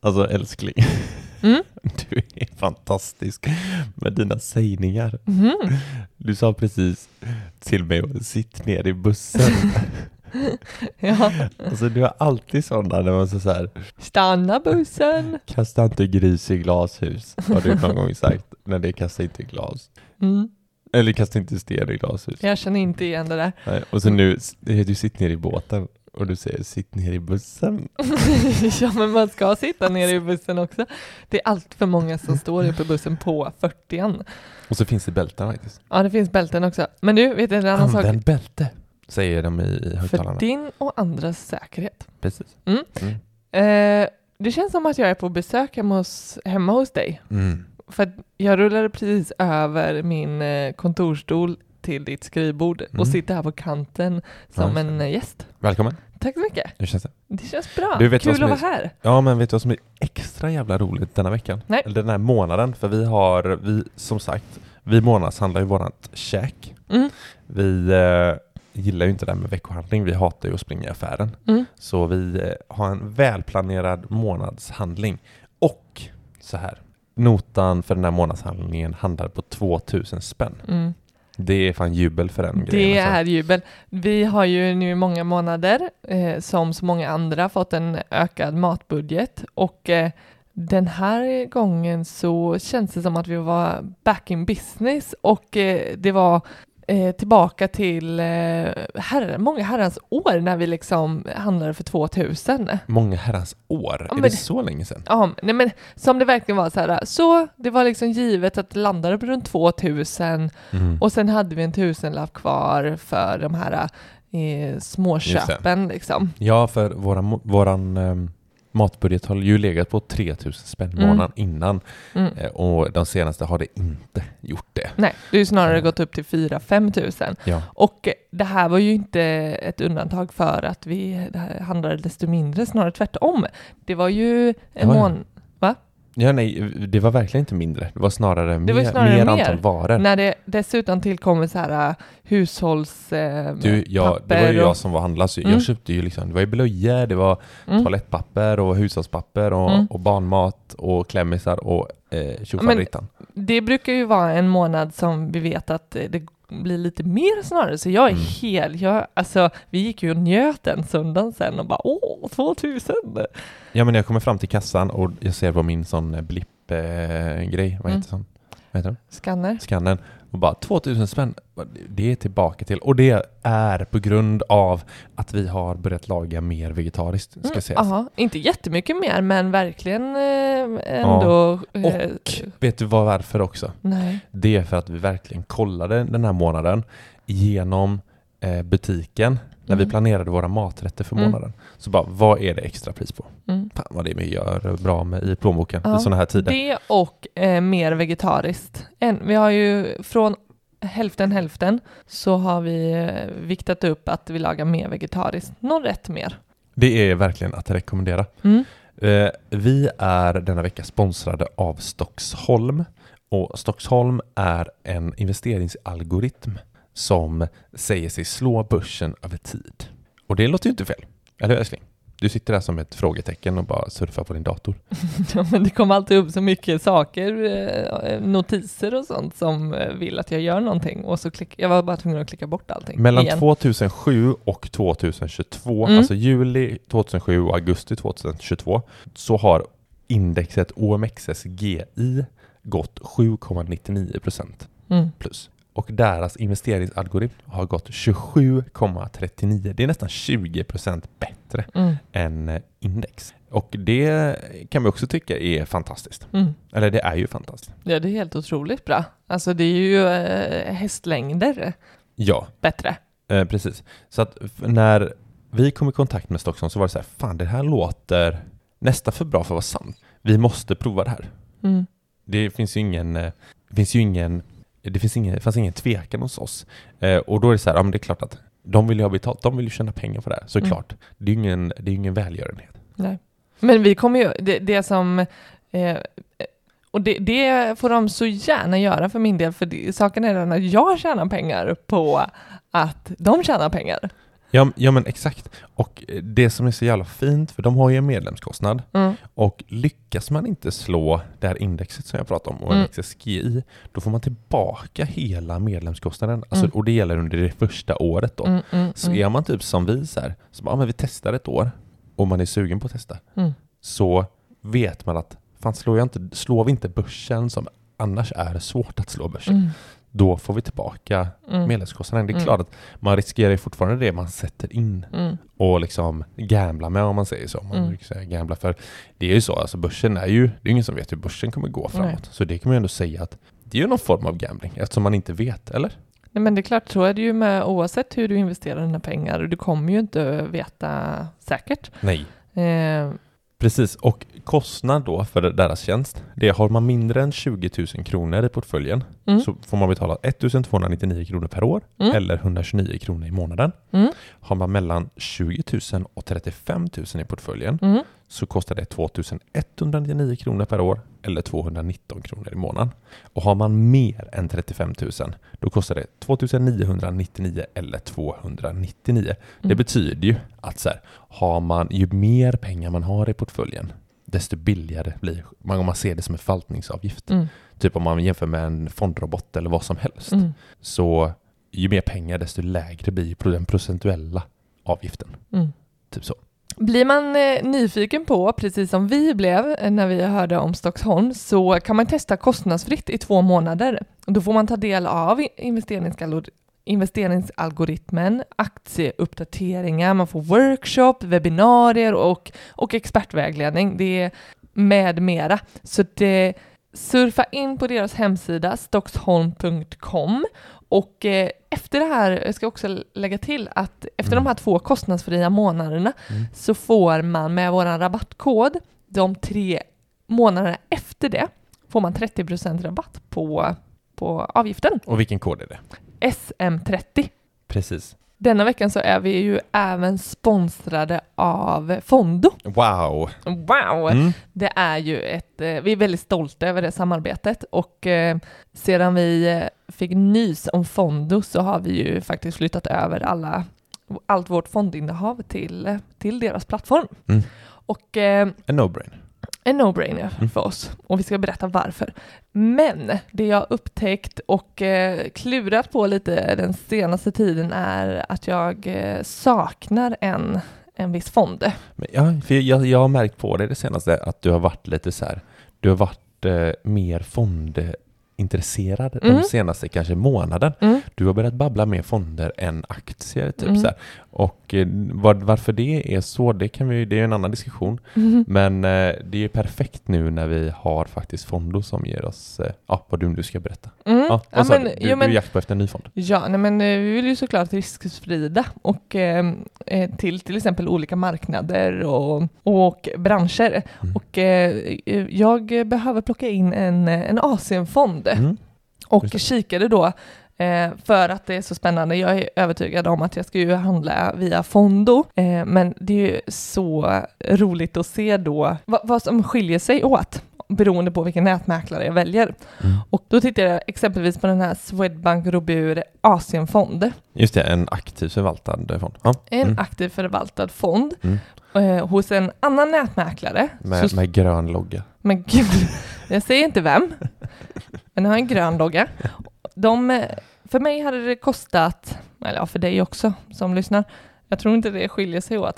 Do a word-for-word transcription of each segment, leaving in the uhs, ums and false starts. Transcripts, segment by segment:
Alltså älskling. Mm. Du är fantastisk med dina sägningar. Mm. Du sa precis till mig att sitta ner i bussen. Ja. Alltså du har alltid sådana när man säger så här: Stanna bussen. kasta inte gris i glashus. Har du någon gång sagt. När det kastar inte glas. Mm. Eller kasta inte sten i glashus. Jag känner inte igen det där. Nej. Och så nu, du sitter ner i båten. Och du säger, sitt ner i bussen. Ja, men man ska sitta ner i bussen också. Det är allt för många som står uppe i bussen på fyrtioan. Och så finns det bälten faktiskt. Ja, det finns bälten också. Men du, vet du en annan sak? Använd bälte, säger de i högtalarna. För din och andras säkerhet. Precis. Mm. Mm. Eh, det känns som att jag är på besök hemma hos, hemma hos dig. Mm. För att jag rullade precis över min eh, kontorstol till ditt skrivbord Mm. och sitter här på kanten som Ja, en eh, gäst. Välkommen. Tack så mycket. Hur känns det? Det känns bra. Du vet Kul vad som att är- vara här. Ja, men vet du vad som är extra jävla roligt denna veckan? Nej. Eller den här månaden. För vi har, vi som sagt, vi månadshandlar ju vårat käk. Mm. Vi eh, gillar ju inte det här med veckohandling. Vi hatar ju att springa i affären. Mm. Så vi eh, har en välplanerad månadshandling. Och så här, notan för den här månadshandlingen handlar på tvåtusen spänn. Mm. Det är fan jubel för den Det grejen. alltså. är jubel. Vi har ju nu i många månader, eh, som så många andra, fått en ökad matbudget. Och eh, den här gången så känns det som att vi var back in business. Och eh, det var eh, tillbaka till eh, herre, många herrans år när vi liksom handlade för tvåtusen. Många herrans år. Ja, är men- det så länge sedan? Ja, nej men som det verkligen var så här. Så det var liksom givet att det landade på runt tvåtusen. Mm. Och sen hade vi en tusenlapp kvar för de här eh, småköpen liksom. Ja, för våra, våran eh, matbudget har ju legat på tretusen spänn Mm. månaden innan. Mm. Eh, och de senaste har det inte gjort det. Nej, det är ju snarare gått upp till fyra till fem tusen. Ja. Och eh, det här var ju inte ett undantag för att vi det här handlade desto mindre, snarare tvärtom. Det var ju en Ja, ja. mån... Ja, nej, det var verkligen inte mindre. Det var snarare, Det mer, var ju snarare mer mer. antal varor. När det dessutom tillkommer så här uh, hushålls... Eh, Du, ja, det var ju papper jag och- som var handlare, så Mm. jag köpte ju liksom, det var ju blöjor, det var Mm. toalettpapper och hushållspapper och, Mm. och barnmat och klämmisar och eh, tjofaderittan. Det brukar ju vara en månad som vi vet att eh, det blir lite mer snarare. Så jag är Mm. hel... Jag, alltså, vi gick ju och njöt den söndagen sen och bara åh, tvåtusen! Ja, men när jag kommer fram till kassan och jag ser på min sån blipp-grej, vad Mm. heter sån? Vad heter den? Skanner. Skannen och bara tvåtusen spänn, det är tillbaka till, och det är på grund av att vi har börjat laga mer vegetariskt, ska Mm, sägas. aha, inte jättemycket mer, men verkligen eh, ändå... eh, Och vet du vad, varför också? nej. Det är för att vi verkligen kollade den här månaden genom eh, butiken när vi Mm. planerade våra maträtter för Mm. månaden. Så bara, vad är det extra pris på? Mm. Fan vad det vi gör bra med i plånboken Ja, i sådana här tider. Det och eh, mer vegetariskt. En, vi har ju från hälften hälften så har vi eh, viktat upp att vi lagar mer vegetariskt. Någon rätt mer. Det är verkligen att rekommendera. Mm. Eh, vi är denna vecka sponsrade av Stockholm. Och Stockholm är en investeringsalgoritm som säger sig slå börsen över tid. Och det låter ju inte fel. Eller hur, älskling? Du sitter där som ett frågetecken och bara surfar på din dator. Ja, men det kommer alltid upp så mycket saker, eh, notiser och sånt som eh, vill att jag gör någonting. Och så klick, jag var bara tvungen att klicka bort allting. Mellan igen. tvåtusenssju och tjugohundratjugotvå, Mm. alltså juli tjugohundrasju och augusti tjugohundratjugotvå, så har indexet O M X S G I gått sju komma nittionio procent Mm. plus. Och deras investeringsalgoritm har gått tjugosju komma trettionio. Det är nästan tjugo procent bättre Mm. än eh, index. Och det kan vi också tycka är fantastiskt. Mm. Eller det är ju fantastiskt. Ja, det är helt otroligt bra. Alltså det är ju eh, hästlängder Ja, bättre. eh, precis. Så att f- när vi kom i kontakt med Stockholm så var det så här, fan det här låter nästan för bra för att vara sant. Vi måste prova det här. Mm. Det finns ju ingen, eh, det finns ju ingen, det finns ingen, det fanns ingen tvekan hos oss. Eh, och då är det så här, ja men det är klart att de vill ju ha betalt, de vill ju tjäna pengar på det här, såklart. Mm. Det är ju ingen, det är ju ingen välgörenhet. Nej. Men vi kommer ju, det, det som, eh, och det, det får de så gärna göra för min del, för det, saken är den att jag tjänar pengar på att de tjänar pengar. Ja, ja men exakt. Och det som är så jävla fint, för de har ju en medlemskostnad. Mm. Och lyckas man inte slå det här indexet som jag pratade om och Mm. X S G I, då får man tillbaka hela medlemskostnaden. Alltså, Mm. och det gäller under det första året då. Mm, mm, Så mm. är man typ som vi så här, så bara, ja, men vi testar ett år och man är sugen på att testa. Mm. Så vet man att fan, slår, jag inte, slår vi inte börsen som annars är svårt att slå börsen, Mm. då får vi tillbaka Mm. medlemskostnaden. Det är Mm. klart att man riskerar ju fortfarande det man sätter in Mm. och liksom gambla med, om man säger så. Om man Mm. brukar säga gambla, för det är ju så, alltså börsen är ju, det är ingen som vet hur börsen kommer gå framåt. Nej. Så det kan man ju ändå säga att det är ju någon form av gambling eftersom man inte vet, eller? Nej, men det är klart, så är det ju med oavsett hur du investerar dina pengar. Du kommer ju inte veta säkert. Nej. Eh, Precis, och kostnad då för deras tjänst, det har man mindre än tjugo tusen kronor i portföljen mm. så får man betala ettusentvåhundranittionio kronor per år Mm. eller etthundratjugonio kronor i månaden. Mm. Har man mellan tjugo tusen och trettiofem tusen i portföljen Mm. så kostar det tvåtusenetthundranittionio kronor per år eller tvåhundranitton kronor i månaden. Och har man mer än trettiofem tusen, då kostar det tvåtusenniohundranittionio eller tvåhundranittionio. Mm. Det betyder ju att så här, har man, ju mer pengar man har i portföljen, desto billigare blir man, om man ser det som en förvaltningsavgift. Mm. Typ om man jämför med en fondrobot eller vad som helst. Mm. Så ju mer pengar, desto lägre blir den procentuella avgiften. Mm. Typ så. Blir man eh, nyfiken på, precis som vi blev eh, när vi hörde om Stockholm, så kan man testa kostnadsfritt i två månader. Då får man ta del av investeringsalgor- investeringsalgoritmen, aktieuppdateringar, man får workshop, webbinarier och, och expertvägledning. Det är med mera. Så det, surfa in på deras hemsida stockholm punkt com. Och eh, efter det här, jag ska också lägga till att efter Mm. de här två kostnadsfria månaderna Mm. så får man med våran rabattkod de tre månaderna efter det får man trettio procent rabatt på, på avgiften. Och vilken kod är det? S M trettio. Precis. Denna veckan så är vi ju även sponsrade av Fondo. Wow! Wow! Mm. Det är ju ett, eh, vi är väldigt stolta över det samarbetet och eh, sedan vi eh, fick nys om Fondo så har vi ju faktiskt flyttat över alla, allt vårt fondinnehav till, eh, till deras plattform. Mm. Och eh, En no-brainer. en no-brainer Mm. för oss och vi ska berätta varför. Men det jag upptäckt och eh, klurat på lite den senaste tiden är att jag eh, saknar en, en viss fond. Men ja, för jag, jag har märkt på det det senaste att du har varit lite så här, du har varit eh, mer fondintresserad Mm. de senaste kanske månaden. Mm. Du har börjat babbla mer fonder än aktier typ Mm. så här. Och eh, var, varför det är så, det kan vi, det är en annan diskussion. Mm. Men eh, det är ju perfekt nu när vi har faktiskt Fondo som ger oss, eh, ja vad du nu ska berätta. Mm. Ja, Ja, vad sa men, du? Du, jo, men, du är jakt på efter en ny fond. ja, nej, men eh, vi vill ju såklart risksprida och eh, eh, till till exempel olika marknader och, och branscher. Mm. Och eh, jag behöver plocka in en, en Asienfond Mm. och Just det. kikade då eh, för att det är så spännande. Jag är övertygad om att jag ska ju handla via Fondo, eh, men det är ju så roligt att se då vad, vad som skiljer sig åt beroende på vilken nätmäklare jag väljer. Mm. Och då tittar jag exempelvis på den här Swedbank Robur Asienfond. Just det, en aktiv förvaltad fond. Ja. En Mm. aktiv förvaltad fond Mm. eh, hos en annan nätmäklare. Med, Så- med grön logga. Men gud, jag säger inte vem. Men jag har en grön logga. De, eh, för mig hade det kostat, eller ja, för dig också som lyssnar. Jag tror inte det skiljer sig åt.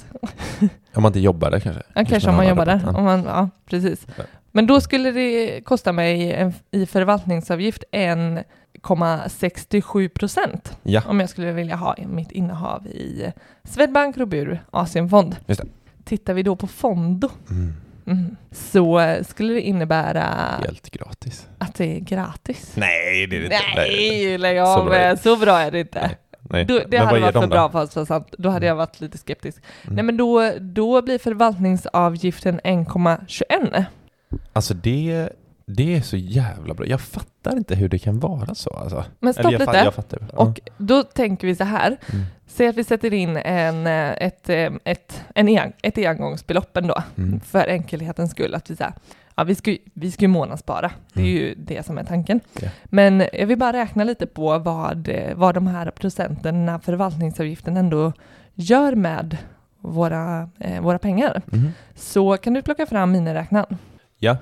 Om man inte jobbar där kanske. Ja, kanske om man har jobbar där. rabatt, ja. Om man, ja, precis. Ja. Men då skulle det kosta mig en, i förvaltningsavgift en komma sextiosju procent Ja, om jag skulle vilja ha mitt innehav i Swedbank Robur Asienfond. Just det. Tittar vi då på Fondo mm. mm, så skulle det innebära Helt gratis. att det är gratis. Nej, det är det inte. Nej, lägg Så av. bra är det. Så bra är det inte. Nej. Nej. Då, det Men hade vad varit ger för de bra då? för att vara sant. Då hade jag varit lite skeptisk. Mm. Nej, men då, då blir förvaltningsavgiften en komma tjugoett. Alltså det, det är så jävla bra. Jag fattar inte hur det kan vara så. Alltså. Men stopp Eller jag, lite. fa- jag fattar. Ja. Och då tänker vi så här. Mm. Säg att vi sätter in en, eh, ett, eh, ett, en en, ett engångsbelopp ändå. Mm. För enkelhetens skull. Att vi, så här, ja, vi, ska, ju- vi ska ju månadsspara. Det är Mm. ju det som är tanken. Ja. Men jag vill bara räkna lite på vad, eh, vad de här procenten, när förvaltningsavgiften ändå gör med våra, eh, våra pengar. Mm. Så kan du plocka fram miniräknaren. Ja.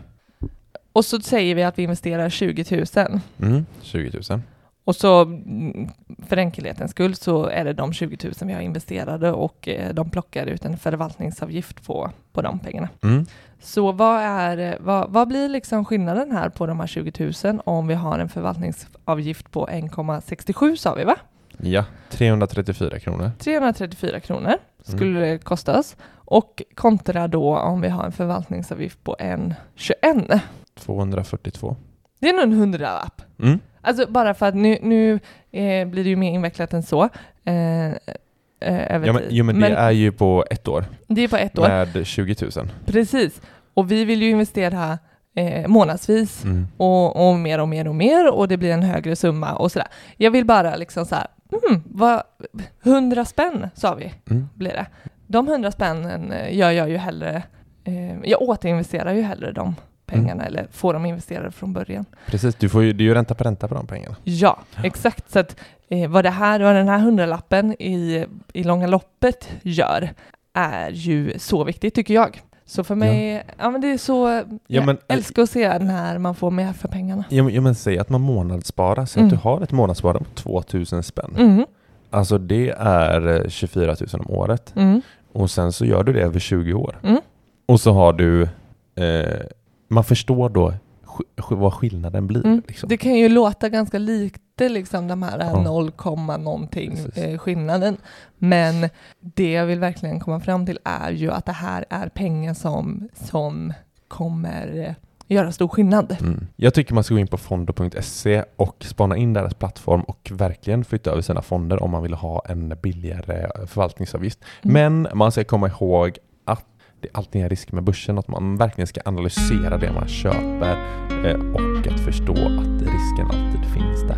Och så säger vi att vi investerar tjugo tusen. Mm. tjugo tusen. Och så för enkelhetens skull så är det de tjugo tusen vi har investerade och eh, de plockar ut en förvaltningsavgift på, på de pengarna. Mm. Så vad, är, vad, vad blir liksom skillnaden här på de här tjugo tusen om vi har en förvaltningsavgift på en komma sextiosju sa vi va? Ja, trehundratrettiofyra kronor. trehundratrettiofyra kronor skulle mm. det kosta oss. Och kontra då om vi har en förvaltningsavgift på en komma tjugoett. tvåhundrafyrtiotvå. Det är nog en hundralapp. Mm. Alltså bara för att nu, nu eh, blir det ju mer invecklat än så. Eh, eh, över ja, men, jo, men, men det är ju på ett år. Det är på ett år. Med tjugo tusen. Precis. Och vi vill ju investera eh, månadsvis mm. och, och mer och mer och mer och det blir en högre summa och sådär. Jag vill bara liksom så här, mm, vad, hundra spänn sa vi mm. blir det. De hundra spännen gör jag ju hellre, eh, jag återinvesterar ju hellre de pengarna mm. eller får dem investerade från början. Precis, du får ju, det är ju ränta på ränta på de pengarna. Ja, exakt. Så att eh, vad det här och den här hundralappen i, i långa loppet gör är ju så viktigt tycker jag. Så för mig, ja, ja men det är så, ja, jag men, älskar att se när man får mer för pengarna. Ja, ja men säg att man månadssparar, så mm. att du har ett månadssparande på tvåtusen spänn. Mm. Alltså det är tjugofyra tusen om året. Mm. Och sen så gör du det över tjugo år. Mm. Och så har du, eh, man förstår då sk- vad skillnaden blir. Mm. Liksom. Det kan ju låta ganska lite liksom de här ja. noll, någonting eh, skillnaden. Men det jag vill verkligen komma fram till är ju att det här är pengar som, som kommer eh, göra stor skillnad. Mm. Jag tycker man ska gå in på fondo punkt se och spana in deras plattform och verkligen flytta över sina fonder om man vill ha en billigare förvaltningsavgift. Mm. Men man ska komma ihåg att det är alltid en risk med börsen, att man verkligen ska analysera det man köper eh, och att förstå att risken alltid finns där.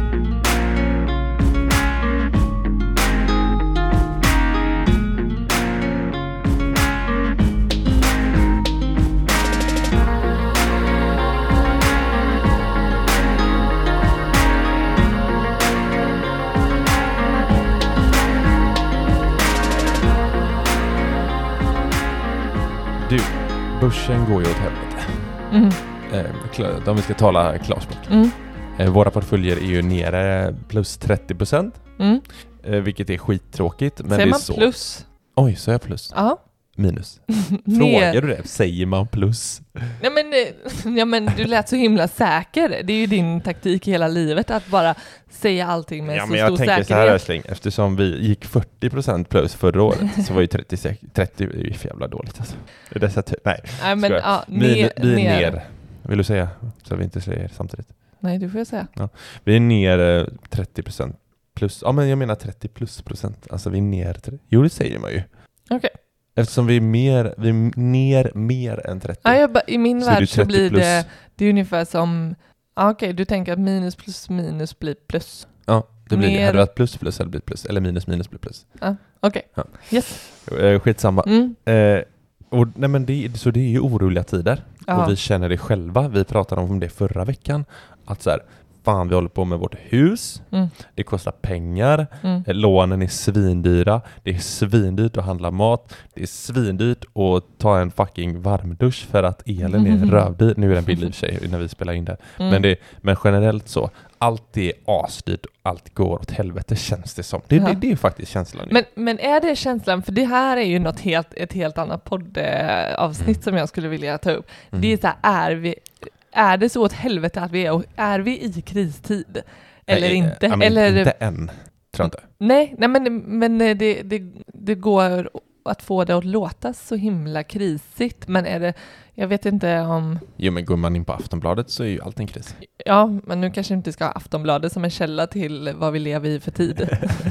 Du, börsen går ju åt helvete. Mm. Eh, om vi ska tala klarspråk. Mm. Eh, våra portföljer är ju nere plus trettio procent. Mm. Eh, vilket är skittråkigt. Men säger det är man så. Plus? Oj, så är jag plus? Ja. Minus. Frågar du det? Säger man plus? Nej men, ja, men du lät så himla säker. Det är ju din taktik i hela livet att bara säga allting med ja, så men jag stor tänker säkerhet. Så här, Ösling, eftersom vi gick fyrtio procent plus förra året så var ju trettio, trettio är ju för jävla dåligt alltså. Det är dessa ty- nej. Nej men ja, ner, ner, vi är ner. ner. Vill du säga så vi inte säger samtidigt? Nej, du får jag säga. Ja. Vi är ner eh, trettio procent plus. Ja, men jag menar trettio plus procent. Alltså vi är ner. Jo, det säger man ju. Okej. Okay. Eftersom vi är mer, vi är ner mer än trettio. Ja, jag ba, i min så värld så blir plus. det, det är ungefär som, ja, okej, okay, du tänker att minus plus minus blir plus. Ja, det blir mer. det. Hade det varit plus plus hade det blivit plus. Eller minus minus blir plus. Ja, okej. Okay. Ja. Yes. Eh, skitsamma. Mm. Eh, och, nej, men det, så det är ju oroliga tider. Aha. Och vi känner det själva. Vi pratade om det förra veckan. Att så här, fan vi håller på med vårt hus. Mm. Det kostar pengar. Mm. Lånen är svindyra. Det är svindyrt att handla mat. Det är svindyrt att ta en fucking varmdusch för att elen är rövdyr. Nu är den billig i sig när vi spelar in det. Mm. Men, det men generellt så. Allt är asdyrt. Allt går åt helvete känns det som. Det, det, det är faktiskt känslan. Men, men är det känslan? För det här är ju något helt, ett helt annat poddavsnitt mm. som jag skulle vilja ta upp. Mm. Det är så här, är vi... Är det så åt helvete att vi är, är vi i kristid? Eller nej, inte? Ja, eller inte än, tror jag inte. Nej, nej men, men det, det, det går att få det att låta så himla krisigt. Men är det, jag vet inte om... Jo, men går man in på Aftonbladet så är ju allt en kris. Ja, men nu kanske inte ska ha Aftonbladet som en källa till vad vi lever i för tid.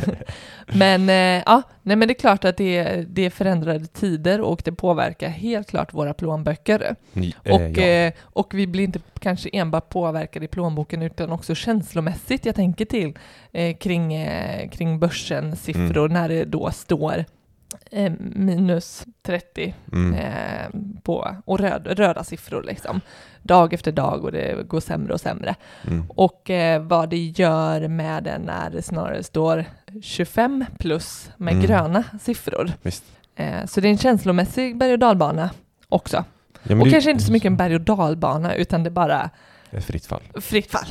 men eh, ja, nej, men det är klart att det är, det är förändrade tider och det påverkar helt klart våra plånböcker. Ni, eh, och, ja. eh, och vi blir inte kanske enbart påverkade i plånboken utan också känslomässigt. Jag tänker till eh, kring, eh, kring börsen siffror mm. när det då står eh, minus trettio Mm. eh, på, och röd, röda siffror liksom. Dag efter dag och det går sämre och sämre. Mm. Och eh, vad det gör med det när det snarare står tjugofem plus med Mm. gröna siffror. Visst. Eh, så det är en känslomässig berg- och dalbana också. Ja, men och det- kanske inte så mycket en berg- och dalbana utan det är bara Ett fritt fall. fritt fall.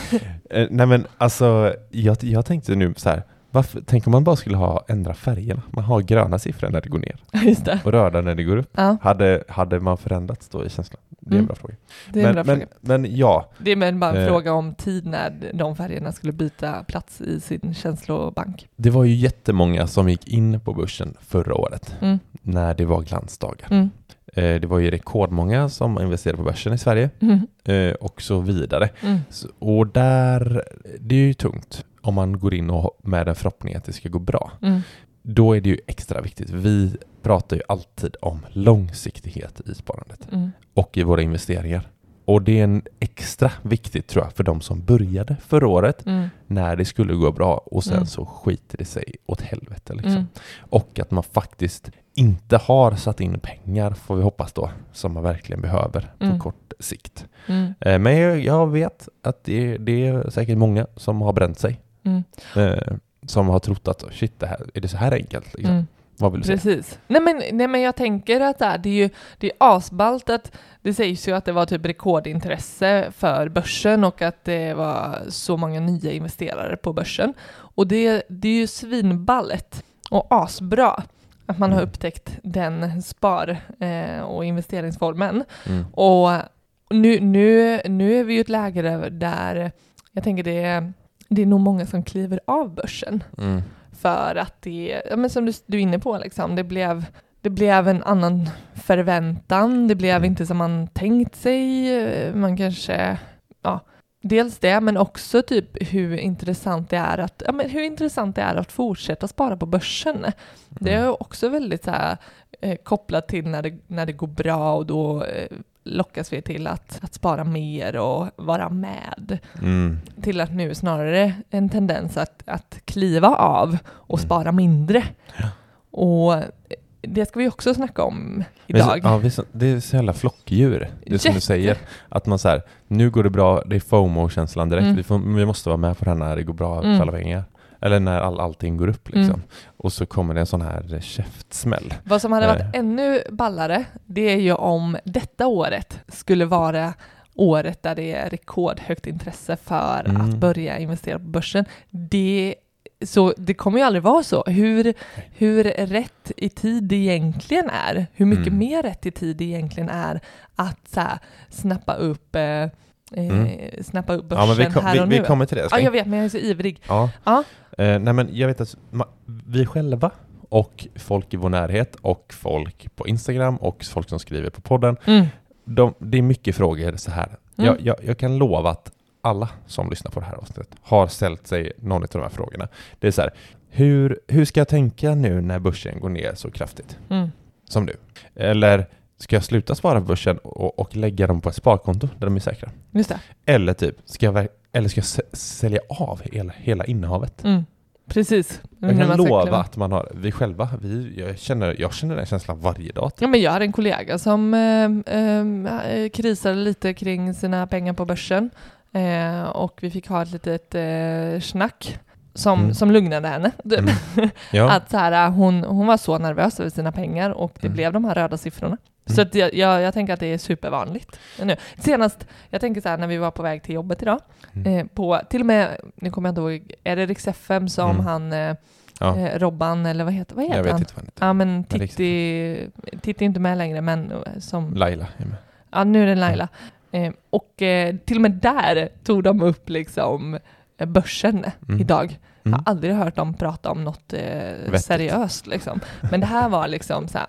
Eh, nej men alltså, jag, jag tänkte nu så här, varför, tänk om man bara skulle ha ändra färgerna. Man har gröna siffror när det går ner Just det. och röda när det går upp. Ja, Hade, hade man förändrats då i känslan? Det är en Mm. bra fråga. det är en Men, bra men, fråga. men ja, Det är men bara en Eh. fråga om tid när de färgerna skulle byta plats i sin känslobank. det var ju jättemånga som gick in på börsen förra året Mm. när det var glansdagar. Mm. Eh, det var ju rekordmånga som investerade på börsen i Sverige Mm. eh, och så vidare. Mm. Så, och där, det är ju tungt om man går in och med en förhoppning att det ska gå bra. Mm. Då är det ju extra viktigt. Vi pratar ju alltid om långsiktighet i sparandet Mm. och i våra investeringar. Och det är en extra viktigt tror jag för de som började förra året Mm. när det skulle gå bra och sen Mm. så skiter det sig åt helvete. Liksom. Mm. Och att man faktiskt inte har satt in pengar, får vi hoppas då, som man verkligen behöver på Mm. kort sikt. Mm. Eh, Men jag, jag vet att det, det är säkert många som har bränt sig. Mm. Eh, som har trott att shit, det här, är det så här enkelt? Liksom? Mm. Vad vill du säga? Precis. Nej men, nej men jag tänker att det är, det är ju det är asballt att det sägs ju att det var typ rekordintresse för börsen och att det var så många nya investerare på börsen. Och det, det är ju svinballet och asbra att man har Mm. upptäckt den spar- eh, och investeringsformen. Mm. Och nu, nu, nu är vi ju ett läge där, där jag tänker det är, det är nog många som kliver av börsen. Mm. För att det, ja, men som du, du är inne på, liksom, det, blev, det blev en annan förväntan. Det blev Mm. inte som man tänkt sig. Man kanske, ja, dels det, men också typ hur intressant det är att, ja, men hur intressant det är att fortsätta spara på börsen. Det är Mm. också väldigt så här, eh, kopplat till när det, när det går bra och då eh, lockas vi till att, att spara mer och vara med. Mm. Till att nu snarare en tendens att, att kliva av och Mm. spara mindre. Ja. Och det ska vi också snacka om Men så- idag. Ja, vi så, det är så jävla flockdjur. Det är som du Jätte. säger. Att man så här, nu går det bra, det är FOMO-känslan direkt. Mm. Vi, får, vi måste vara med på den här, det går bra Mm. för alla pengar. Eller när all, allting går upp liksom. Mm. Och så kommer det en sån här käftsmäll. Vad som hade varit Nej. ännu ballare, det är ju om detta året skulle vara året där det är rekordhögt intresse för Mm. att börja investera på börsen. Det, så det kommer ju aldrig vara så. Hur, hur rätt i tid det egentligen är, hur mycket Mm. mer rätt i tid det egentligen är att så här, snappa upp eh, Mm. eh, snappa upp börsen Ja, men vi, kom, här vi, och nu. vi kommer till det. Ja, älskling. jag vet, men jag är så ivrig. Ja. Ja. Eh, nej men jag vet att ma- vi själva och folk i vår närhet och folk på Instagram och folk som skriver på podden, Mm. de, det är mycket frågor så här. Mm. Jag, jag, jag kan lova att alla som lyssnar på det här avsnittet har ställt sig någon av de här frågorna. Det är så här, hur, hur ska jag tänka nu när börsen går ner så kraftigt Mm. som nu? Eller ska jag sluta spara på börsen och, och lägga dem på ett sparkonto där de är säkra? Just det. Eller typ, ska jag, ver- eller ska jag s- sälja av hela, hela innehavet? Mm. Precis. Jag Hur kan man ska lova kliva. att man har, vi själva, vi, jag, känner, jag känner den känslan varje dag. Ja, men jag hade en kollega som eh, eh, krisade lite kring sina pengar på börsen eh, och vi fick ha ett litet eh, snack som, Mm. som lugnade henne. Mm. Ja. Att så här, hon, hon var så nervös över sina pengar och det Mm. blev de här röda siffrorna. Mm. Så att jag, jag, jag tänker att det är supervanligt nu. Senast, jag tänker så här, när vi var på väg till jobbet idag, Mm. eh, på, till och med, nu kommer jag inte ihåg, är det Rix F M som Mm. han, eh, Ja. eh, Robban, eller vad heter, vad heter Jag vet han? inte vad han heter. Ja, men Men Rix Titti, Titti är inte med längre, men eh, som... Laila är med. Ja, nu är det Laila. Eh, och eh, till och med där tog de upp liksom eh, börsen Mm. idag. Jag Mm. har aldrig hört dem prata om något eh, Vettigt. seriöst liksom. Men det här var liksom så här,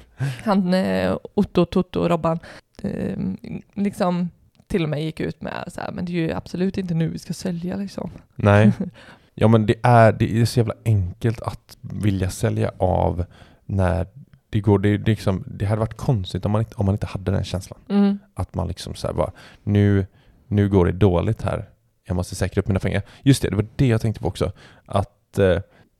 han eh, Otto, Toto och Robban eh, liksom till och med gick ut med så här, men det är ju absolut inte nu vi ska sälja liksom. Nej. Ja, men det är, det är så jävla enkelt att vilja sälja av när det går. Det, det, liksom, det hade varit konstigt om man inte, om man inte hade den känslan. Mm. Att man liksom så här bara, nu, nu går det dåligt här. Jag måste säkra upp mina pengar. Just det, det var det jag tänkte på också. Att eh,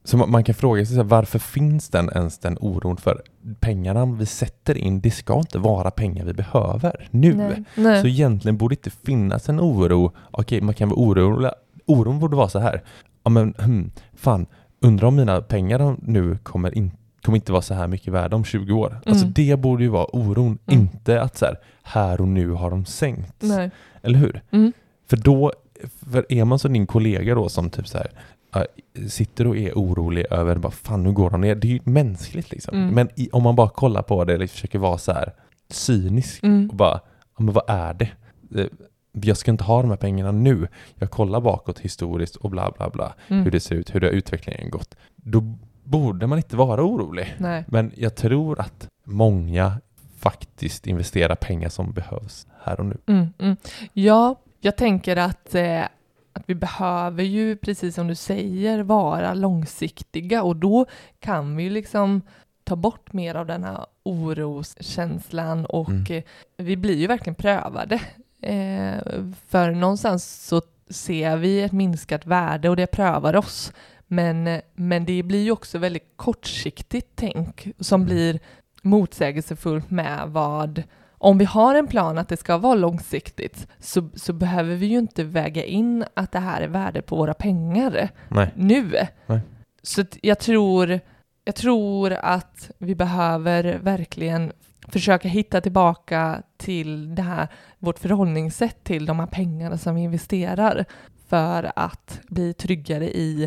Så man, man kan fråga sig så här, varför finns den ens den oron för pengarna vi sätter in, det ska inte vara pengar vi behöver nu. Nej, nej. Så egentligen borde det inte finnas en oro. Okej, man kan vara orolig. Oron borde vara så här. Ja men, hmm, fan, undrar om mina pengar nu kommer, in, kommer inte vara så här mycket värda om tjugo år. Mm. Alltså det borde ju vara oron, mm. inte att så här, här och nu har de sänkts. Nej. Eller hur? Mm. För då, för är man så din kollega då som typ så här äh, sitter och är orolig över bara, fan nu går de ner. Det är ju mänskligt liksom. Mm. Men i, om man bara kollar på det eller försöker vara så här cynisk mm. och bara, ja men vad är det? Jag ska inte ha de här pengarna nu. Jag kollar bakåt historiskt och bla bla bla. Mm. Hur det ser ut, hur det har utvecklingen gått. Då borde man inte vara orolig. Nej. Men jag tror att många faktiskt investerar pengar som behövs här och nu. Mm, mm. Ja, jag tänker att, eh, att vi behöver ju, precis som du säger, vara långsiktiga. Och då kan vi ju liksom ta bort mer av den här oroskänslan. Och mm. eh, vi blir ju verkligen prövade. Eh, för någonstans så ser vi ett minskat värde och det prövar oss. Men, men det blir ju också väldigt kortsiktigt tänk som blir motsägelsefullt med vad, om vi har en plan att det ska vara långsiktigt så, så behöver vi ju inte väga in att det här är värde på våra pengar. Nej. Nu. Nej. Så jag tror, jag tror att vi behöver verkligen försöka hitta tillbaka till det här, vårt förhållningssätt till de här pengarna som vi investerar för att bli tryggare i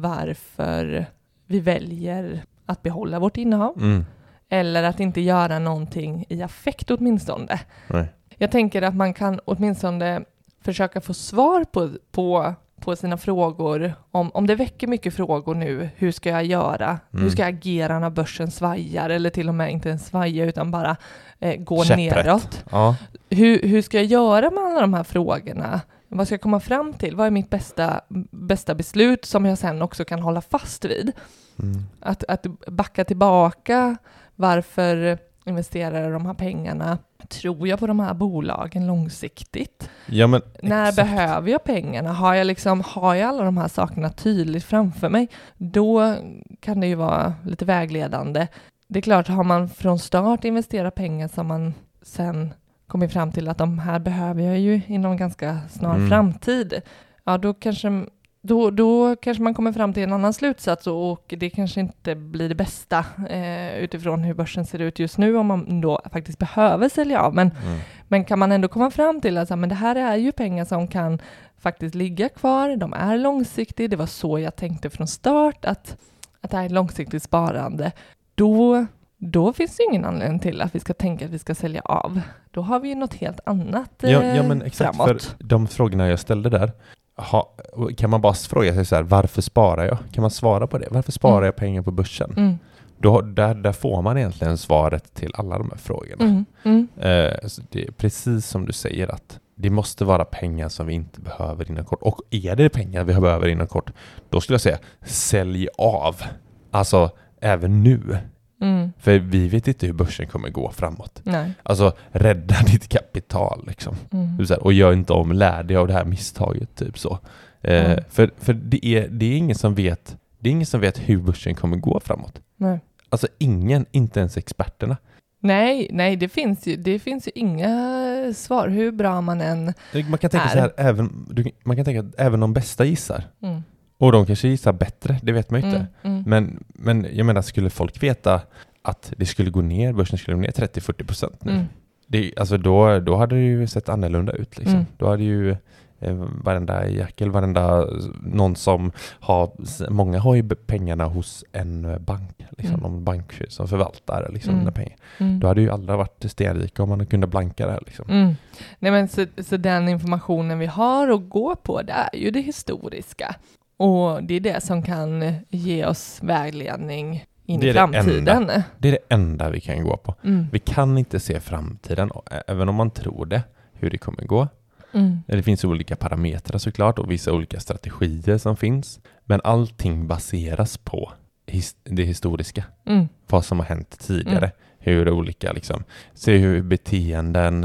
varför vi väljer att behålla vårt innehav. Mm. Eller att inte göra någonting i affekt åtminstone. Nej. Jag tänker att man kan åtminstone försöka få svar på, på, på sina frågor. Om, om det väcker mycket frågor nu, hur ska jag göra? Mm. Hur ska jag agera när börsen svajar? Eller till och med inte en svaja utan bara eh, gå Käpprätt. neråt. Ja. Hur, hur ska jag göra med alla de här frågorna? Vad ska jag komma fram till? Vad är mitt bästa, bästa beslut som jag sen också kan hålla fast vid? Mm. Att, att backa tillbaka. Varför investerar jag de här pengarna? Tror jag på de här bolagen långsiktigt? Ja, men, När exakt. behöver jag pengarna? Har jag, liksom, har jag alla de här sakerna tydligt framför mig? Då kan det ju vara lite vägledande. Det är klart, har man från start investerat pengar som man sen kommer fram till att de här behöver jag ju inom ganska snar mm. framtid. Ja, då kanske... Då, då kanske man kommer fram till en annan slutsats och, och det kanske inte blir det bästa eh, utifrån hur börsen ser ut just nu om man då faktiskt behöver sälja av. Men, mm. men kan man ändå komma fram till att men det här är ju pengar som kan faktiskt ligga kvar, de är långsiktiga, det var så jag tänkte från start att, att det här är långsiktigt sparande. Då, då finns det ingen anledning till att vi ska tänka att vi ska sälja av. Då har vi ju något helt annat eh, ja, ja, men exakt, framåt. för de frågorna jag ställde där, ha, kan man bara fråga sig så här, varför sparar jag? Kan man svara på det? Varför sparar mm. jag pengar på börsen? Mm. Då, där, där får man egentligen svaret till alla de här frågorna. Mm. Mm. Eh, så det är precis som du säger att det måste vara pengar som vi inte behöver inom kort. Och är det pengar vi behöver inom kort, då skulle jag säga sälj av. Alltså även nu. Mm. För vi vet inte hur börsen kommer gå framåt. Nej. Alltså rädda ditt kapital liksom. Mm. Och gör inte om, lär dig av det här misstaget typ så. Eh, mm. För, för det, är, det är ingen som vet det är ingen som vet hur börsen kommer gå framåt. Nej. Alltså ingen, inte ens experterna. Nej, nej, det finns ju det finns ju inga svar hur bra man än Man kan tänka är. så här, även du, man kan tänka att även de bästa gissar. Mm. Och de kanske gissar bättre, det vet man ju inte. Mm, mm. Men, men jag menar, skulle folk veta att det skulle gå ner, börsen skulle gå ner trettio till fyrtio procent nu. Mm. Det, alltså då, då hade det ju sett annorlunda ut. Liksom. Mm. Då hade ju eh, varenda jäkel, varenda någon som har, många har ju pengarna hos en bank, liksom, Mm. någon bank som förvaltar liksom, Mm. de pengar. Mm. Då hade ju alla varit stenrika om man kunde blanka det här. Liksom. Mm. Nej, men så, så den informationen vi har att gå på, det är ju det historiska. Och det är det som kan ge oss vägledning in i framtiden. Det, enda, det är det enda vi kan gå på. Mm. Vi kan inte se framtiden, även om man tror det, hur det kommer gå. Mm. Det finns olika parametrar såklart och vissa olika strategier som finns. Men allting baseras på his- det historiska. Mm. Vad som har hänt tidigare. Mm. Hur olika, liksom, se hur beteenden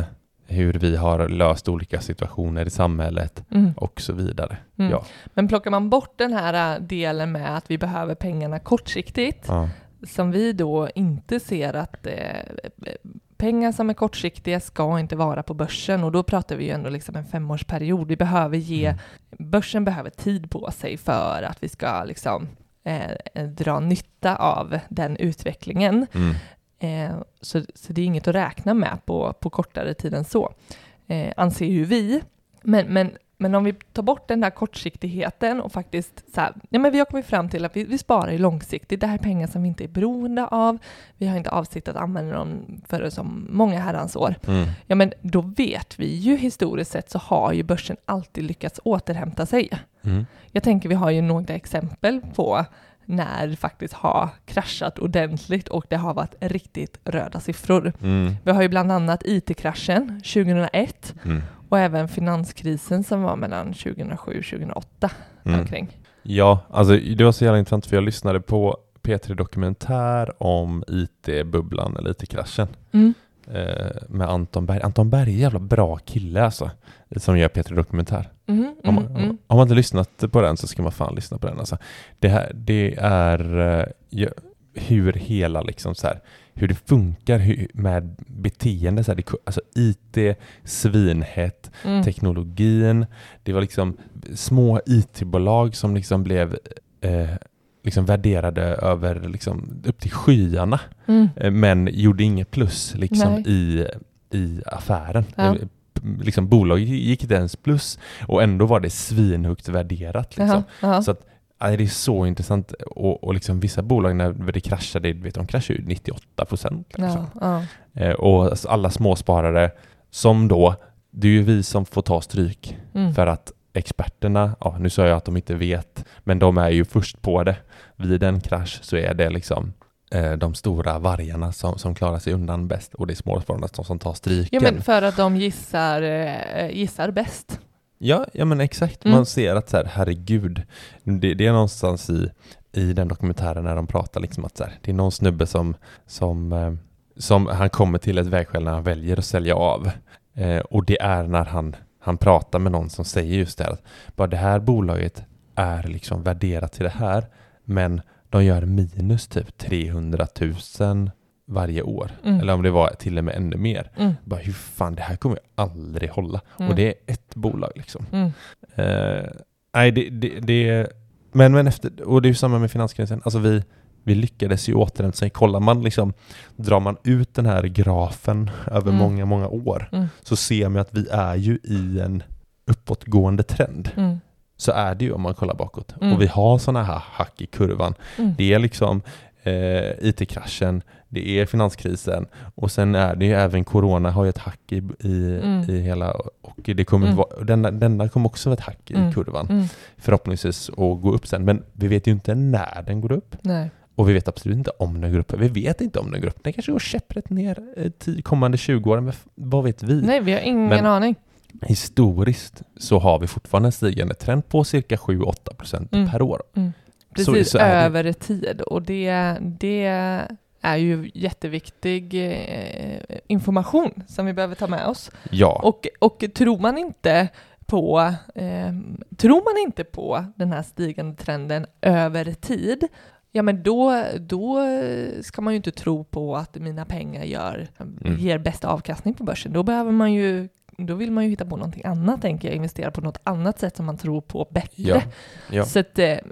hur vi har löst olika situationer i samhället Mm. och så vidare. Mm. Ja. Men plockar man bort den här delen med att vi behöver pengarna kortsiktigt, Ja. som vi då inte ser att eh, pengar som är kortsiktiga ska inte vara på börsen, och då pratar vi ju ändå liksom en femårsperiod. Vi behöver ge, Mm. börsen behöver tid på sig för att vi ska liksom eh, dra nytta av den utvecklingen. Mm. Eh, så, så det är inget att räkna med på, på kortare tid än så, eh, anser ju vi. Men, men, men om vi tar bort den där kortsiktigheten och faktiskt så här, ja, men vi har kommit fram till att vi, vi sparar ju långsiktigt. Det här är pengar som vi inte är beroende av. Vi har inte avsikt att använda dem för som många herrans år. Mm. Ja, men då vet vi ju historiskt sett så har ju börsen alltid lyckats återhämta sig. Mm. Jag tänker vi har ju några exempel på när det faktiskt har kraschat ordentligt och det har varit riktigt röda siffror. Mm. Vi har ju bland annat I T-kraschen tjugohundraett Mm. och även finanskrisen som var mellan tjugohundrasju och tjugohundraåtta. Mm. Omkring. Ja, alltså det var så jävla intressant för jag lyssnade på P tre Dokumentär om I T-bubblan eller I T-kraschen Mm. eh, med Anton Berg. Anton Berg är en jävla bra kille alltså, som gör P tre Dokumentär. Mm, Om, mm, man, mm. om man inte lyssnat på den så ska man fan lyssna på den. Alltså. Det, här, det är uh, ju, hur hela liksom så här, hur det funkar hur, med beteende. Så här, det, alltså I T, svinhett, Mm. teknologin. Det var liksom små I T-bolag som liksom blev eh, liksom värderade över liksom, upp till skyarna. Mm. Eh, men gjorde inget plus liksom, Nej. i, i affären. Ja. Eh, Liksom bolaget gick inte ens plus och ändå var det svinhögt värderat liksom. Jaha, jaha. Så att ja, det är så intressant och, och liksom vissa bolag när det kraschade, vet de kraschar ju nittioåtta procent liksom. Ja, ja. eh, och alla småsparare som då, det är ju vi som får ta stryk Mm. för att experterna, ja nu sa jag att de inte vet, men de är ju först på det. Vid en krasch så är det liksom de stora vargarna som, som klarar sig undan bäst och det är småspararna som, som tar stryken. Ja, men för att de gissar, eh, gissar bäst. Ja, ja men exakt. Mm. Man ser att så här, herregud, det, det är någonstans i, i den dokumentären när de pratar liksom att så här, det är någon snubbe som, som, eh, som han kommer till ett vägskäl när han väljer att sälja av. Eh, och det är när han, han pratar med någon som säger just det här, att bara det här bolaget är liksom värderat till det här, men de gör minus typ trehundratusen varje år. Mm. Eller om det var till och med ännu mer. Mm. Bara hur fan, det här kommer aldrig hålla. Mm. Och det är ett bolag liksom. Mm. Uh, nej, det, det, det men, men efter, och det är ju samma med finanskrisen. Alltså vi, vi lyckades ju återhämta sig. Kollar man liksom, drar man ut den här grafen över Mm. många, många år Mm. så ser man att vi är ju i en uppåtgående trend. Mm. Så är det ju om man kollar bakåt. Mm. Och vi har såna här hack i kurvan. Mm. Det är liksom eh, I T-kraschen, det är finanskrisen och sen är det ju även corona har ju ett hack i, i, Mm. i hela och det kommer Mm. vara, denna, denna kommer också vara ett hack Mm. i kurvan. Mm. Förhoppningsvis att gå upp sen. Men vi vet ju inte när den går upp. Nej. Och vi vet absolut inte om den går upp. Vi vet inte om den går upp. Den kanske går käpprätt ner eh, till kommande tjugo år. Men f- vad vet vi? Nej, vi har ingen Men- aning. Historiskt så har vi fortfarande en stigande trend på cirka sju till åtta procent Mm. per år. Mm. Så- Precis, så är det. över tid. Och det, det är ju jätteviktig eh, information som vi behöver ta med oss. Ja. Och, och tror man inte på eh, tror man inte på den här stigande trenden över tid, ja men då, då ska man ju inte tro på att mina pengar gör, Mm. ger bästa avkastning på börsen. Då behöver man ju, då vill man ju hitta på någonting annat, tänker jag, investera på något annat sätt som man tror på bättre. Ja. Ja. Så att eh,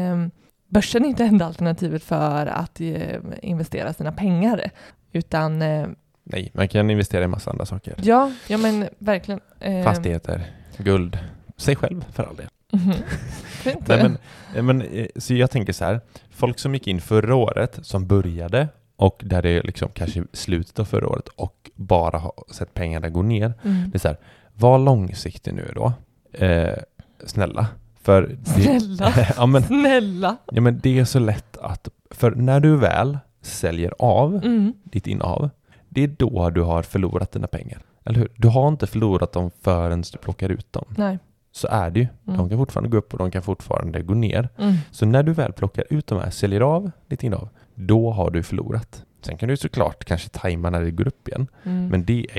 börsen är inte enda alternativet för att eh, investera sina pengar, utan eh, Nej, man kan investera i massa andra saker. ja, ja men verkligen. Eh, Fastigheter, guld, sig själv för all del. mhm. Inte. Nej, men, men, eh, så jag tänker så här, folk som gick in förra året, som började och där det liksom kanske slutet av förra året och bara har sett pengarna gå ner. Mm. Det är så här, var långsiktig nu då. Eh, snälla. För det, Snälla, ja, men, snälla. ja, men det är så lätt att, för när du väl säljer av Mm. ditt innehav, det är då du har förlorat dina pengar. Eller hur? Du har inte förlorat dem förrän du plockar ut dem. Nej. Så är det ju. Mm. De kan fortfarande gå upp och de kan fortfarande gå ner. Mm. Så när du väl plockar ut de här, säljer av ditt innehav, då har du förlorat. Sen kan du såklart kanske tajma när det går upp igen. Mm. Men det är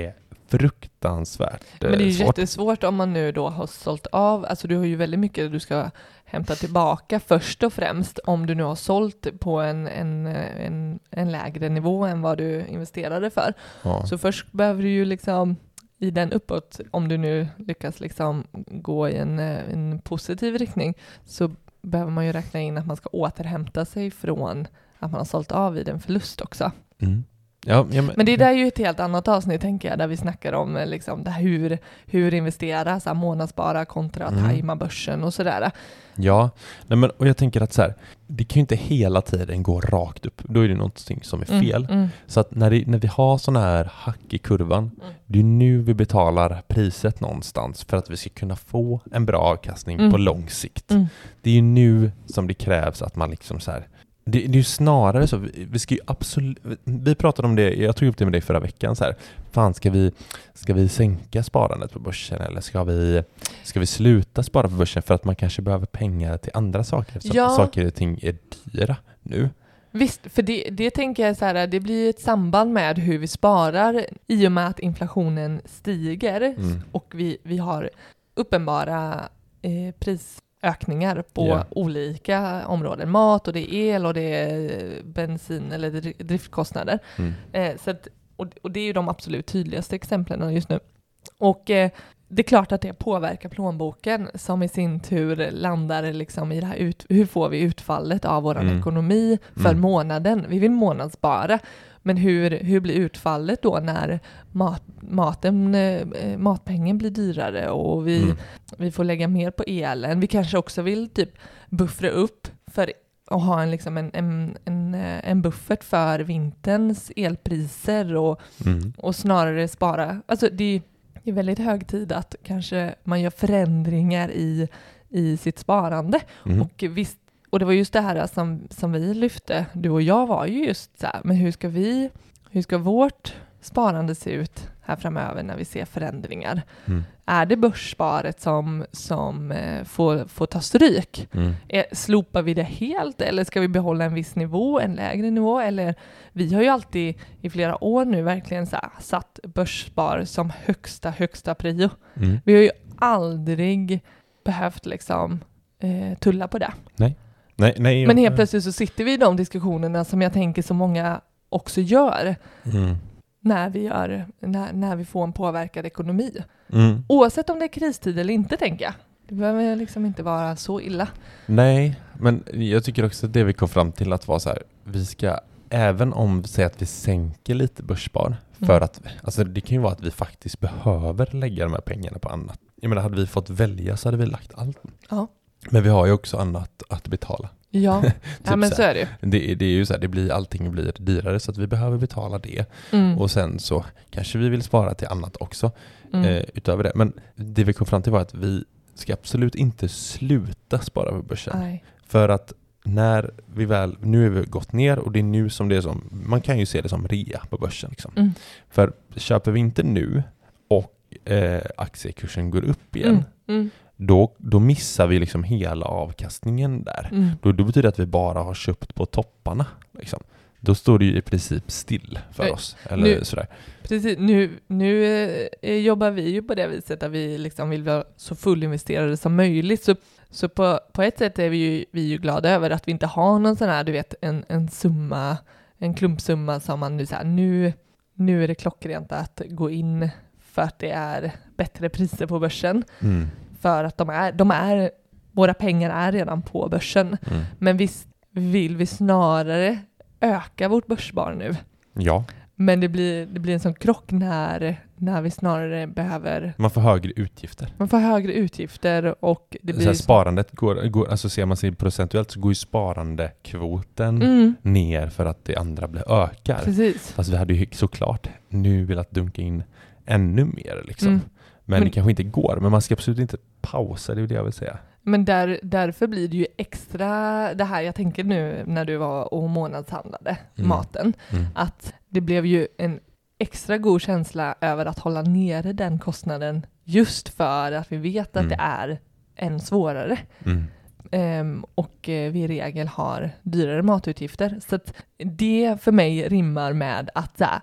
fruktansvärt Men det är ju svårt. jättesvårt om man nu då har sålt av. Alltså du har ju väldigt mycket du ska hämta tillbaka först och främst om du nu har sålt på en, en, en, en lägre nivå än vad du investerade för. Ja. Så först behöver du ju liksom i den uppåt, om du nu lyckas liksom gå i en, en positiv riktning, så behöver man ju räkna in att man ska återhämta sig från att man har sålt av vid en förlust också. Mm. Ja, ja, men, men det där är ju ett helt annat avsnitt tänker jag, där vi snackar om liksom, det här, hur, hur investera, så här, månadsspara kontra Mm. tajma börsen och sådär. Ja, nej men, och jag tänker att så här, det kan ju inte hela tiden gå rakt upp. Då är det någonting som är fel. Mm, mm. Så att när, det, när vi har såna här hack i kurvan, Mm. det är nu vi betalar priset någonstans för att vi ska kunna få en bra avkastning Mm. på lång sikt. Mm. Det är ju nu som det krävs att man liksom så här. Det, det är ju snarare så, vi, vi ska ju absolut, vi pratade om det, jag tog upp det med dig förra veckan så här, fan ska vi, ska vi sänka sparandet på börsen eller ska vi, ska vi sluta spara på börsen för att man kanske behöver pengar till andra saker, så Ja. saker och ting är dyra nu. Visst, för det, det tänker jag så här, det blir ett samband med hur vi sparar i och med att inflationen stiger Mm. och vi, vi har uppenbara eh, prisökningar på Ja. olika områden. Mat och det är el och det är bensin eller dri- driftkostnader. Mm. Eh, så att, och, och det är ju de absolut tydligaste exemplen just nu. Och eh, det är klart att det påverkar plånboken som i sin tur landar liksom i det här ut, hur får vi utfallet av vår Mm. ekonomi för Mm. månaden. Vi vill månadsspara, men hur, hur blir utfallet då när mat, maten, eh, matpengen blir dyrare och vi, Mm. vi får lägga mer på elen. Vi kanske också vill typ buffra upp för att ha en, liksom en, en, en, en buffert för vinterns elpriser och, Mm. och snarare spara. Alltså det är Det är väldigt hög tid att kanske man gör förändringar i, i sitt sparande. Mm. Och, visst, och det var just det här som, som vi lyfte. Du och jag var ju just så här, men hur ska vi, hur ska vårt sparande se ut här framöver när vi ser förändringar? Mm. Är det börssparet som, som eh, får, får ta stryk? Mm. Eh, slopar vi det helt eller ska vi behålla en viss nivå, en lägre nivå? Eller vi har ju alltid i flera år nu verkligen så här, satt börsspar som högsta, högsta prio. Mm. Vi har ju aldrig behövt liksom eh, tulla på det. Nej, nej. Men helt plötsligt så sitter vi i de diskussionerna som jag tänker så många också gör Mm. när vi, gör, när, när vi får en påverkad ekonomi. Mm. Oavsett om det är kristid eller inte tänker jag. Det behöver liksom inte vara så illa. Nej, men jag tycker också att det vi kom fram till att vara så här, vi ska, även om vi säger att vi sänker lite börsspar, för Mm. att, alltså det kan ju vara att vi faktiskt behöver lägga de här pengarna på annat. Jag menar, hade vi fått välja så hade vi lagt allt. Ja, Men vi har ju också annat att betala. ja. ja men så så är det ju. Det, det är ju så här, det blir, allting blir dyrare så att vi behöver betala det. Mm. Och sen så kanske vi vill spara till annat också Mm. eh, utöver det. Men det vi kom fram till var att vi ska absolut inte sluta spara på börsen. Nej. För att när vi väl, nu är vi gått ner och det är nu som det är som, man kan ju se det som rea på börsen. Liksom. Mm. För köper vi inte nu och eh, aktiekursen går upp igen, Mm. Mm. då, då missar vi liksom hela avkastningen där. Mm. Då, då betyder det att vi bara har köpt på topparna. Liksom. Då står det ju i princip still för Nej, oss. Eller nu- sådär. Precis, nu, nu eh, jobbar vi ju på det viset att vi liksom vill vara så fullinvesterade som möjligt. Så, så på, på ett sätt är vi ju, vi är ju glada över att vi inte har någon sån här, du vet, en, en summa, en klumpsumma som man nu så här, nu, nu är det klockrent att gå in för att det är bättre priser på börsen. Mm. För att de är, de är, våra pengar är redan på börsen. Mm. Men visst vill vi snarare öka vårt börsspar nu. Ja, Men det blir, det blir en sån krock när, när vi snarare behöver, man får högre utgifter. man får högre utgifter och det Så blir här, sparandet går, går, alltså ser man sig procentuellt så går ju sparandekvoten Mm, ner för att det andra blir ökar. precis. Fast vi hade ju såklart nu velat dunka in ännu mer liksom. Mm. Men, Men- det kanske inte går. Men man ska absolut inte pausa, det är ju det jag vill säga. Men där, därför blir det ju extra, det här jag tänker nu när du var och månadshandlade Mm. maten, Mm. att det blev ju en extra god känsla över att hålla nere den kostnaden just för att vi vet att Mm. det är än svårare. Mm. Ehm, och eh, vi i regel har dyrare matutgifter. Så att det för mig rimmar med att så här,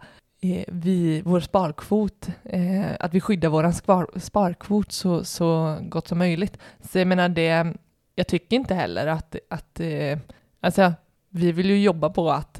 eh, vi, vår sparkvot, eh, att vi skyddar vår spar, sparkvot så, så gott som möjligt. Så jag menar det, jag tycker inte heller att, att eh, alltså vi vill ju jobba på att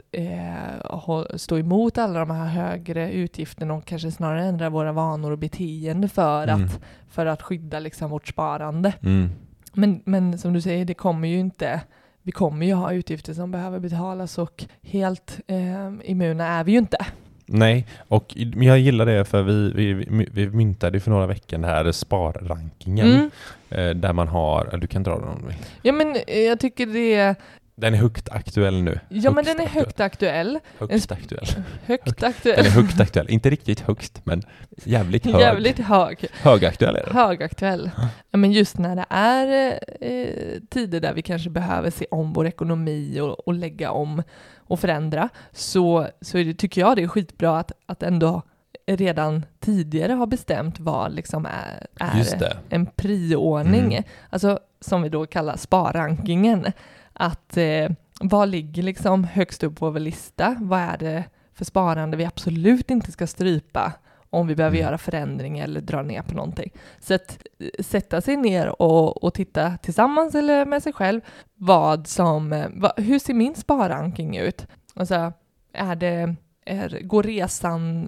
eh, stå emot alla de här högre utgifterna och kanske snarare ändra våra vanor och beteende för, mm. att, för att skydda liksom vårt sparande. Mm. Men, men som du säger, det kommer ju inte, vi kommer ju ha utgifter som behöver betalas och helt eh, immuna är vi ju inte. Nej, och jag gillar det för vi, vi, vi myntade för några veckor den här sparrankingen mm. eh, där man har, du kan dra den om du vill. Ja men jag tycker det Den är högt aktuell nu. Ja, högst men den är högt aktuell. Högst aktuell. Högt aktuell. Den är högt aktuell. Inte riktigt högst, men jävligt hög. Jävligt hög. Högaktuell är det. Högaktuell. Ja, men just när det är eh, tider där vi kanske behöver se om vår ekonomi och, och lägga om och förändra, så, så är det, tycker jag det är skitbra att, att ändå redan tidigare ha bestämt vad liksom är, är en prioordning. Mm. Alltså som vi då kallar sparrankingen. Att eh, vad ligger liksom högst upp på vår lista? Vad är det för sparande vi absolut inte ska strypa om vi behöver mm. göra förändringar eller dra ner på någonting? Så att sätta sig ner och, och titta tillsammans eller med sig själv vad som, vad, hur ser min sparranking ut? Alltså, är det, är, går resan,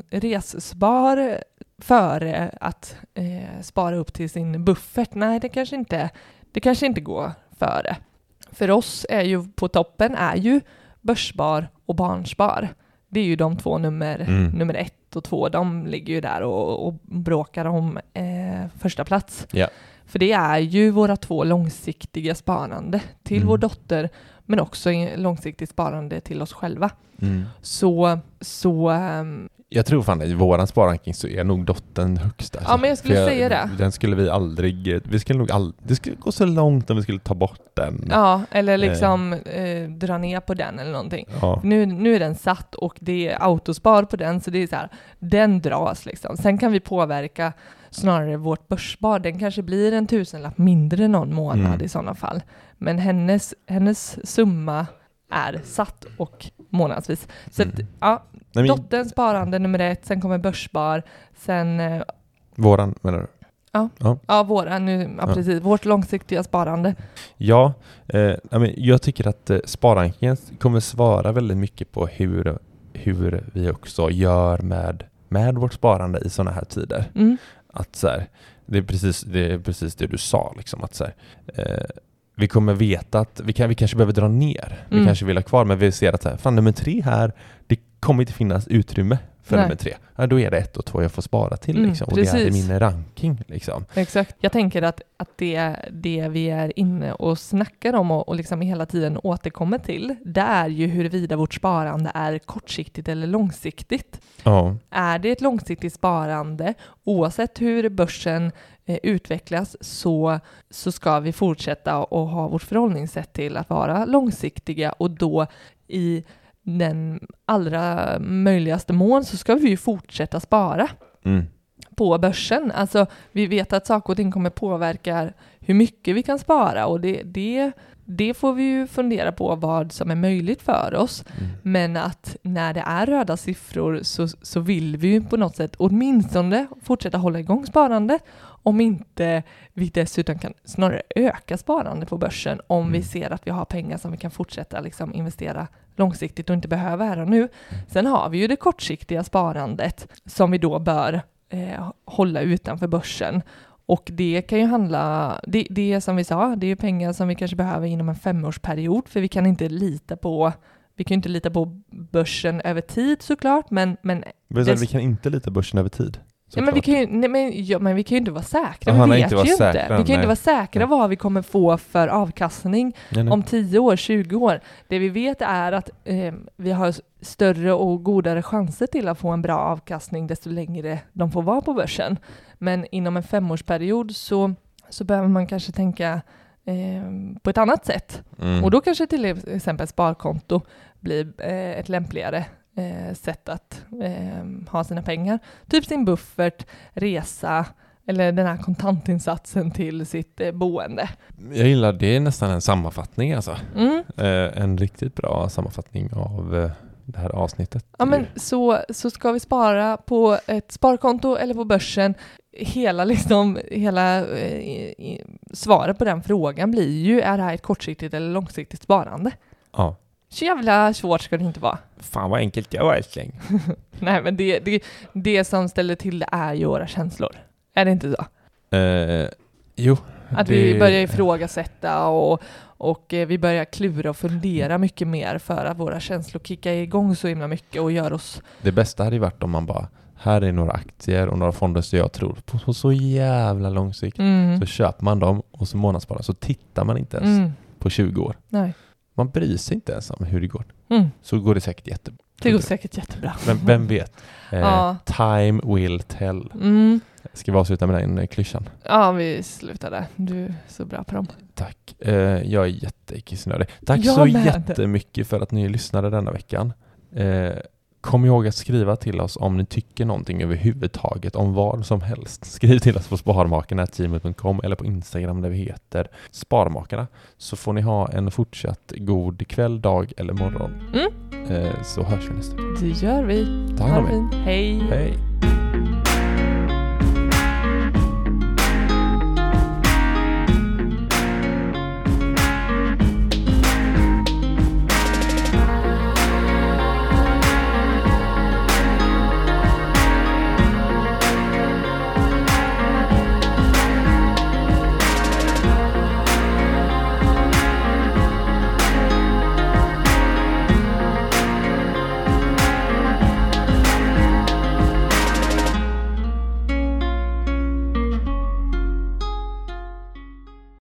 resspar före att eh, spara upp till sin buffert? Nej, det kanske inte, det kanske inte går före. För oss är ju på toppen är ju börsspar och barnspar. Det är ju de två nummer, mm. nummer ett och två. De ligger ju där och, och bråkar om eh, första plats. Yeah. För det är ju våra två långsiktiga sparande till mm. vår dotter, men också långsiktigt sparande till oss själva. Mm. Så, så um, jag tror fan att i våran sparranking så är nog dottern högst. Alltså. Ja, men jag skulle jag, säga det. Den skulle vi aldrig, vi skulle nog aldrig, det skulle gå så långt om vi skulle ta bort den. Ja, eller liksom eh, dra ner på den eller någonting. Ja. Nu, nu är den satt och det är autospar på den, så det är så här, den dras liksom. Sen kan vi påverka snarare vårt börsspar. Den kanske blir en tusenlapp mindre någon månad mm. i sådana fall. Men hennes, hennes summa är satt och månadsvis. Så mm. att, ja, Nej, men... dotterns sparande nummer ett, sen kommer börsspar, sen... Eh, våran, menar du? Ja, ja. ja våran, nu, ja, ja. precis. Vårt långsiktiga sparande. Ja, eh, jag tycker att eh, sparrankingen kommer svara väldigt mycket på hur, hur vi också gör med, med vårt sparande i sådana här tider. Mm. Att så här, det är precis det, är precis det du sa, liksom, att så här, eh, vi kommer veta att vi, kan, vi kanske behöver dra ner. Vi mm. kanske vill ha kvar, men vi ser att så här, fan, nummer tre här, det kommer inte finnas utrymme för Nej. nummer tre. Ja, då är det ett och två jag får spara till. Mm, liksom, och det är min ranking. Liksom. Exakt. Jag tänker att, att det, det vi är inne och snackar om och, och liksom hela tiden återkommer till, det är ju huruvida vårt sparande är kortsiktigt eller långsiktigt. Ja. Är det ett långsiktigt sparande, oavsett hur börsen eh, utvecklas, så, så ska vi fortsätta och ha vårt förhållningssätt till att vara långsiktiga, och då i den allra möjligaste mån så ska vi ju fortsätta spara mm. på börsen. Alltså vi vet att saker och ting kommer påverka hur mycket vi kan spara, och det, det, det får vi ju fundera på vad som är möjligt för oss. Mm. Men att när det är röda siffror så, så vill vi ju på något sätt åtminstone fortsätta hålla igång sparande, om inte vi dessutom kan snarare öka sparande på börsen om mm. vi ser att vi har pengar som vi kan fortsätta liksom investera långsiktigt och inte behöver här och nu. Sen har vi ju det kortsiktiga sparandet som vi då bör eh, hålla utanför börsen. Och det kan ju handla, det, det är som vi sa, det är pengar som vi kanske behöver inom en femårsperiod, för vi kan inte lita på Vi kan inte lita på börsen över tid såklart, men... men dess... Vi kan inte lita på börsen över tid? Ja, men, vi kan ju, nej, men, ja, men vi kan ju inte vara säkra. Aha, vi vet inte ju inte. Säkra, vi kan ju inte vara säkra nej. vad vi kommer få för avkastning nej, nej. om tio år, tjugo år. Det vi vet är att eh, vi har större och godare chanser till att få en bra avkastning desto längre de får vara på börsen. Men inom en femårsperiod så, så behöver man kanske tänka eh, på ett annat sätt. Mm. Och då kanske till exempel sparkonto blir eh, ett lämpligare Eh, sätt att eh, ha sina pengar. Typ sin buffert, resa eller den här kontantinsatsen till sitt eh, boende. Jag gillar det, är nästan en sammanfattning alltså. Mm. Eh, en riktigt bra sammanfattning av, det här avsnittet. Ja, men så, så ska vi spara på ett sparkonto eller på börsen. Hela, liksom, hela eh, svaret på den frågan blir ju, är det här ett kortsiktigt eller långsiktigt sparande? Ja. Så jävla svårt ska det inte vara. Fan vad enkelt det var, älskling. Nej, men det, det, det som ställer till det är ju våra känslor. Är det inte så? Uh, jo. Att det... vi börjar ifrågasätta och, och eh, vi börjar klura och fundera mycket mer för att våra känslor kickar igång så himla mycket och gör oss... Det bästa hade ju varit om man bara, här är några aktier och några fonder som jag tror på, på så jävla lång sikt. Mm. Så köper man dem och så månadssparar, så tittar man inte ens Mm. på tjugo år. Nej. Man bryr sig inte ens om hur det går. Mm. Så går det säkert jättebra. Det går säkert jättebra. Men vem vet? Eh, Ja. Time will tell. Mm. Ska vi avsluta med den klyschan? Ja, vi slutar där. Du är så bra på dem. Tack. Eh, jag är jättekissnödig. Tack Jag så med. jättemycket för att ni lyssnade denna veckan. Eh, kom ihåg att skriva till oss om ni tycker någonting överhuvudtaget, om vad som helst. Skriv till oss på sparmakarna snabel-a gmail punkt com eller på Instagram där vi heter Sparmakarna. Så får ni ha en fortsatt god kväll, dag eller morgon. Mm. Eh, så hörs vi nästa gång. Det gör vi. Ta hand om er. Hej. Hej.